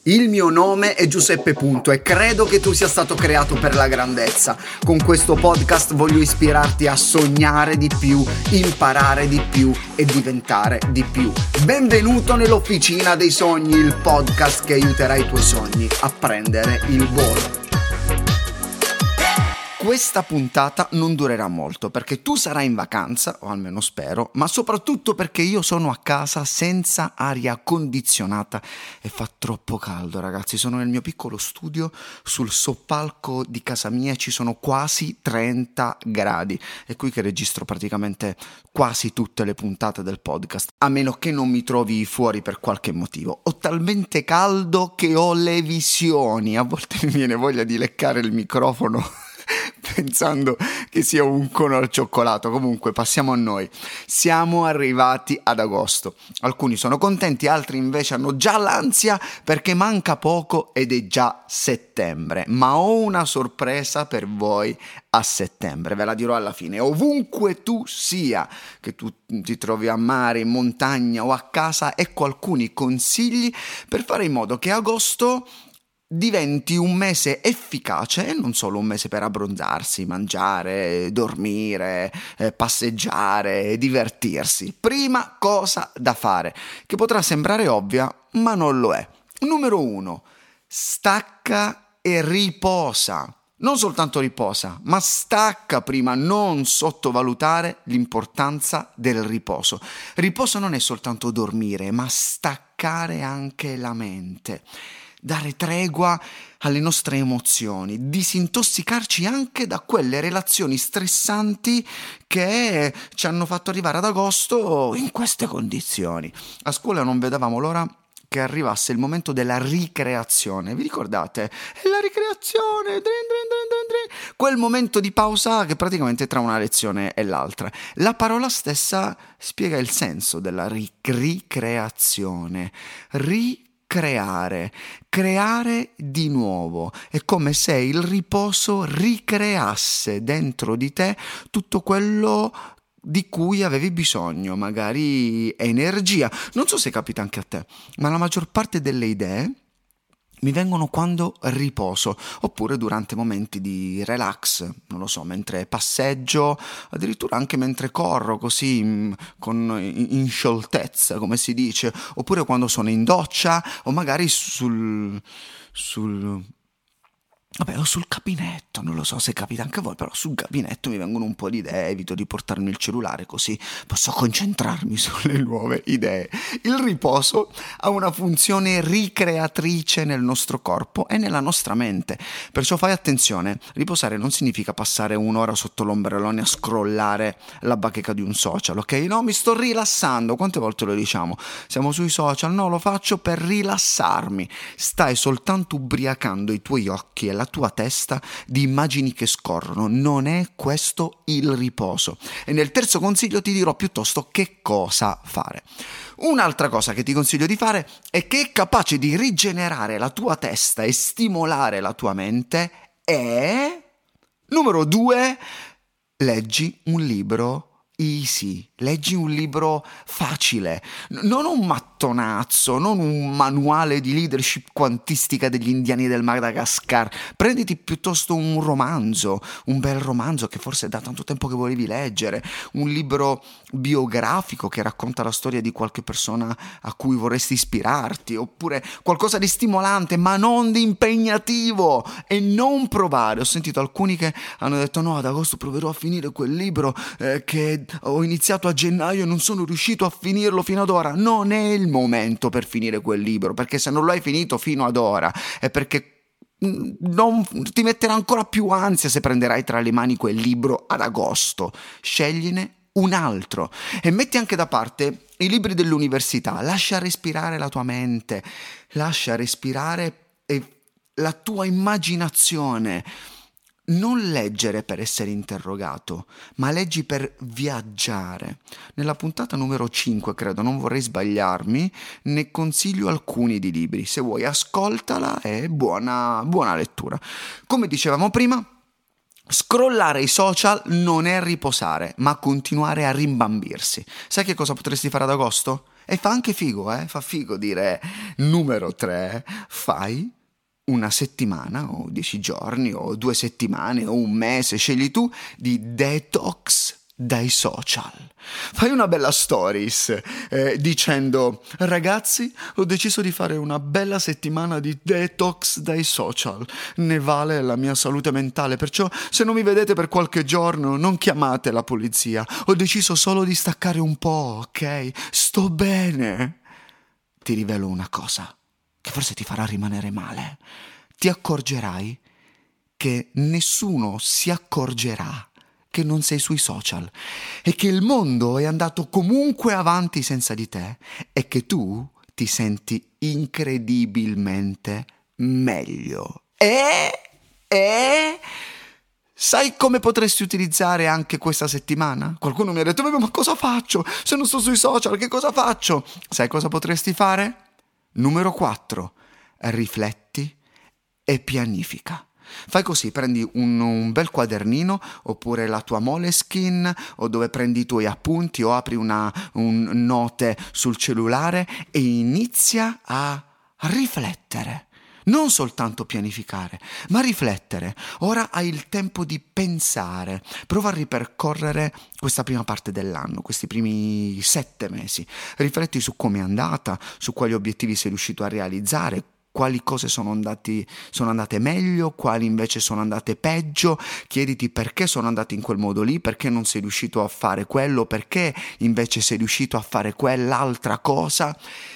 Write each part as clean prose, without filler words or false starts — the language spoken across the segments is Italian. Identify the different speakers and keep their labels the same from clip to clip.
Speaker 1: Il mio nome è Giuseppe Punto e credo che tu sia stato creato per la grandezza. Con questo podcast voglio ispirarti a sognare di più, imparare di più e diventare di più. Benvenuto nell'Officina dei Sogni, il podcast che aiuterà i tuoi sogni a prendere il volo. Questa puntata non durerà molto perché tu sarai in vacanza, o almeno spero, ma soprattutto perché io sono a casa senza aria condizionata e fa troppo caldo, ragazzi. Sono nel mio piccolo studio, sul soppalco di casa mia ci sono quasi 30 gradi. È qui che registro praticamente quasi tutte le puntate del podcast, a meno che non mi trovi fuori per qualche motivo. Ho talmente caldo che ho le visioni, a volte mi viene voglia di leccare il microfono pensando che sia un cono al cioccolato. Comunque passiamo a noi. Siamo arrivati ad agosto. Alcuni sono contenti, altri invece hanno già l'ansia perché manca poco ed è già settembre. Ma ho una sorpresa per voi a settembre, ve la dirò alla fine. Ovunque tu sia, che tu ti trovi a mare, in montagna o a casa, ecco alcuni consigli per fare in modo che agosto diventi un mese efficace e non solo un mese per abbronzarsi, mangiare, dormire, passeggiare, divertirsi. Prima cosa da fare, che potrà sembrare ovvia, ma non lo è. Numero 1, stacca e riposa. Non soltanto riposa, ma stacca prima, non sottovalutare l'importanza del riposo. Riposo non è soltanto dormire, ma staccare anche la mente. Dare tregua alle nostre emozioni, disintossicarci anche da quelle relazioni stressanti che ci hanno fatto arrivare ad agosto in queste condizioni. A scuola non vedevamo l'ora che arrivasse il momento della ricreazione. Vi ricordate? È la ricreazione! Drin, drin, drin, drin, drin. Quel momento di pausa che praticamente tra una lezione e l'altra. La stessa spiega il senso della ricreazione. Creare di nuovo. È come se il riposo ricreasse dentro di te tutto quello di cui avevi bisogno, magari energia. Non so se capita anche a te, ma la maggior parte delle idee mi vengono quando riposo, oppure durante momenti di relax, non lo so, mentre passeggio, addirittura anche mentre corro così in scioltezza, come si dice, oppure quando sono in doccia o magari o sul gabinetto, non lo so se capita anche a voi, però sul gabinetto mi vengono un po' di idee, evito di portarmi il cellulare così posso concentrarmi sulle nuove idee. Il riposo ha una funzione ricreatrice nel nostro corpo e nella nostra mente, perciò fai attenzione, riposare non significa passare un'ora sotto l'ombrellone a scrollare la bacheca di un social, ok? No, mi sto rilassando, quante volte lo diciamo? Siamo sui social, no, lo faccio per rilassarmi, stai soltanto ubriacando i tuoi occhi e la tua testa di immagini che scorrono. Non è questo il riposo. E nel terzo consiglio ti dirò piuttosto che cosa fare. Un'altra cosa che ti consiglio di fare è che è capace di rigenerare la tua testa e stimolare la tua mente è... Numero 2, leggi un libro easy, leggi un libro facile, non un mattonazzo, non un manuale di leadership quantistica degli indiani del Madagascar. Prenditi piuttosto un romanzo, un bel romanzo che forse è da tanto tempo che volevi leggere, un libro biografico che racconta la storia di qualche persona a cui vorresti ispirarti, oppure qualcosa di stimolante ma non di impegnativo, e non provare. Ho sentito alcuni che hanno detto no, ad agosto proverò a finire quel libro che ho iniziato a gennaio e non sono riuscito a finirlo fino ad ora. Non è il momento per finire quel libro, perché se non lo hai finito fino ad ora è perché non ti metterà ancora più ansia se prenderai tra le mani quel libro ad agosto. Scegliene un altro e metti anche da parte i libri dell'università. Lascia respirare la tua mente, lascia respirare la tua immaginazione. Non leggere per essere interrogato, ma leggi per viaggiare. Nella puntata numero 5, credo, non vorrei sbagliarmi, ne consiglio alcuni di libri. Se vuoi ascoltala, è buona lettura. Come dicevamo prima, scrollare i social non è riposare, ma continuare a rimbambirsi. Sai che cosa potresti fare ad agosto? E fa anche figo, fa figo dire numero 3, fai una settimana o 10 giorni o 2 settimane o un mese, scegli tu, di detox dai social. Fai una bella stories dicendo: ragazzi, ho deciso di fare una bella settimana di detox dai social, ne vale la mia salute mentale, perciò se non mi vedete per qualche giorno non chiamate la polizia, ho deciso solo di staccare un po', ok? Sto bene. Ti rivelo una cosa che forse ti farà rimanere male. Ti accorgerai che nessuno si accorgerà che non sei sui social e che il mondo è andato comunque avanti senza di te e che tu ti senti incredibilmente meglio. E sai come potresti utilizzare anche questa settimana? Qualcuno mi ha detto: ma cosa faccio? Se non sto sui social, che cosa faccio? Sai cosa potresti fare? Numero 4. Rifletti e pianifica. Fai così, prendi un bel quadernino oppure la tua Moleskine o dove prendi i tuoi appunti o apri un note sul cellulare e inizia a riflettere. Non soltanto pianificare, ma riflettere. Ora hai il tempo di pensare. Prova a ripercorrere questa prima parte dell'anno, questi primi 7 mesi. Rifletti su come è andata, su quali obiettivi sei riuscito a realizzare, quali cose sono andate meglio, quali invece sono andate peggio. Chiediti perché sono andate in quel modo lì, perché non sei riuscito a fare quello, perché invece sei riuscito a fare quell'altra cosa.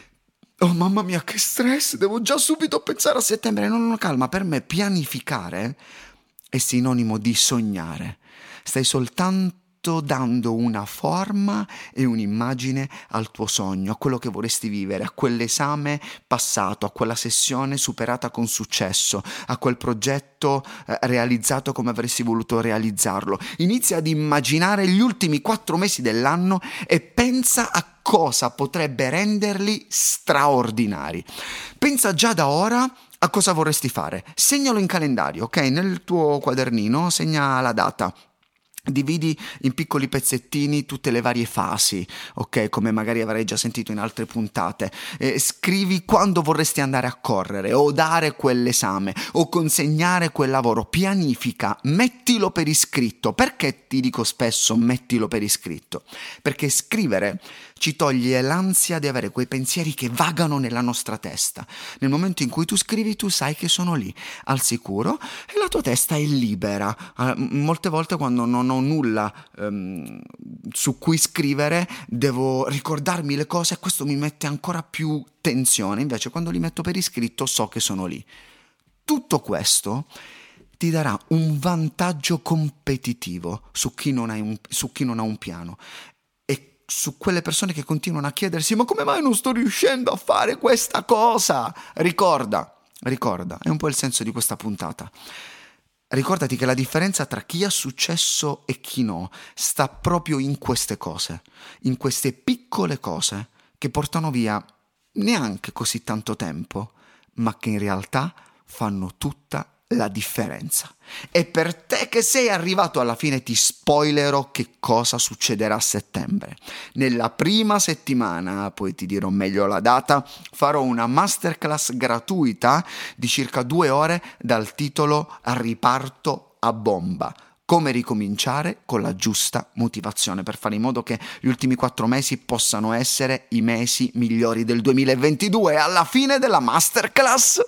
Speaker 1: Oh mamma mia, che stress, devo già subito pensare a settembre. No, calma, per me pianificare è sinonimo di sognare. Stai soltanto dando una forma e un'immagine al tuo sogno, a quello che vorresti vivere, a quell'esame passato, a quella sessione superata con successo, a quel progetto realizzato come avresti voluto realizzarlo. Inizia ad immaginare gli ultimi 4 mesi dell'anno e pensa a cosa potrebbe renderli straordinari. Pensa già da ora a cosa vorresti fare. Segnalo in calendario, ok? Nel tuo quadernino segna la data. Dividi in piccoli pezzettini tutte le varie fasi, ok? Come magari avrai già sentito in altre puntate. Scrivi quando vorresti andare a correre o dare quell'esame o consegnare quel lavoro. Pianifica, mettilo per iscritto. Perché ti dico spesso mettilo per iscritto? Perché scrivere ci toglie l'ansia di avere quei pensieri che vagano nella nostra testa. Nel momento in cui tu scrivi, tu sai che sono lì, al sicuro, e la tua testa è libera. Molte volte quando non ho nulla su cui scrivere, devo ricordarmi le cose e questo mi mette ancora più tensione. Invece quando li metto per iscritto so che sono lì. Tutto questo ti darà un vantaggio competitivo su chi non ha un piano. Su quelle persone che continuano a chiedersi: ma come mai non sto riuscendo a fare questa cosa? Ricorda, è un po' il senso di questa puntata. Ricordati che la differenza tra chi ha successo e chi no sta proprio in queste cose, in queste piccole cose che portano via neanche così tanto tempo, ma che in realtà fanno tutta la differenza. E per te che sei arrivato alla fine ti spoilerò che cosa succederà a settembre. Nella prima settimana, poi ti dirò meglio la data, farò una masterclass gratuita di circa 2 ore dal titolo Riparto a bomba. Come ricominciare con la giusta motivazione per fare in modo che gli ultimi 4 mesi possano essere i mesi migliori del 2022. Alla fine della masterclass,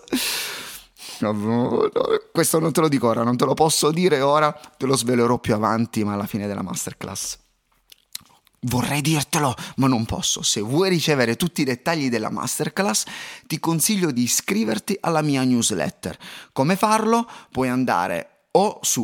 Speaker 1: no, questo non te lo dico ora, non te lo posso dire ora, te lo svelerò più avanti, ma alla fine della masterclass vorrei dirtelo, ma non posso. Se vuoi ricevere tutti i dettagli della masterclass, ti consiglio di iscriverti alla mia newsletter. Come farlo? Puoi andare o su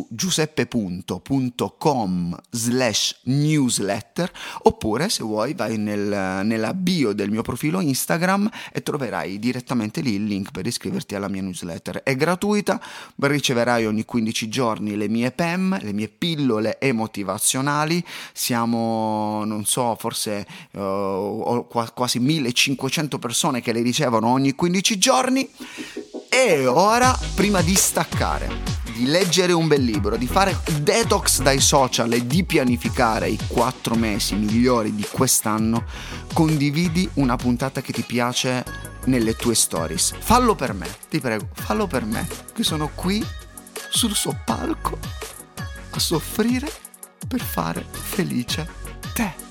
Speaker 1: giuseppe.com/newsletter oppure, se vuoi, vai nella bio del mio profilo Instagram e troverai direttamente lì il link per iscriverti alla mia newsletter. È gratuita, riceverai ogni 15 giorni le mie PEM, le mie pillole motivazionali. Siamo, non so, forse quasi 1500 persone che le ricevono ogni 15 giorni. E ora, prima di staccare, di leggere un bel libro, di fare detox dai social e di pianificare i 4 mesi migliori di quest'anno, condividi una puntata che ti piace nelle tue stories. Fallo per me, ti prego, fallo per me, che sono qui sul suo palco a soffrire per fare felice te.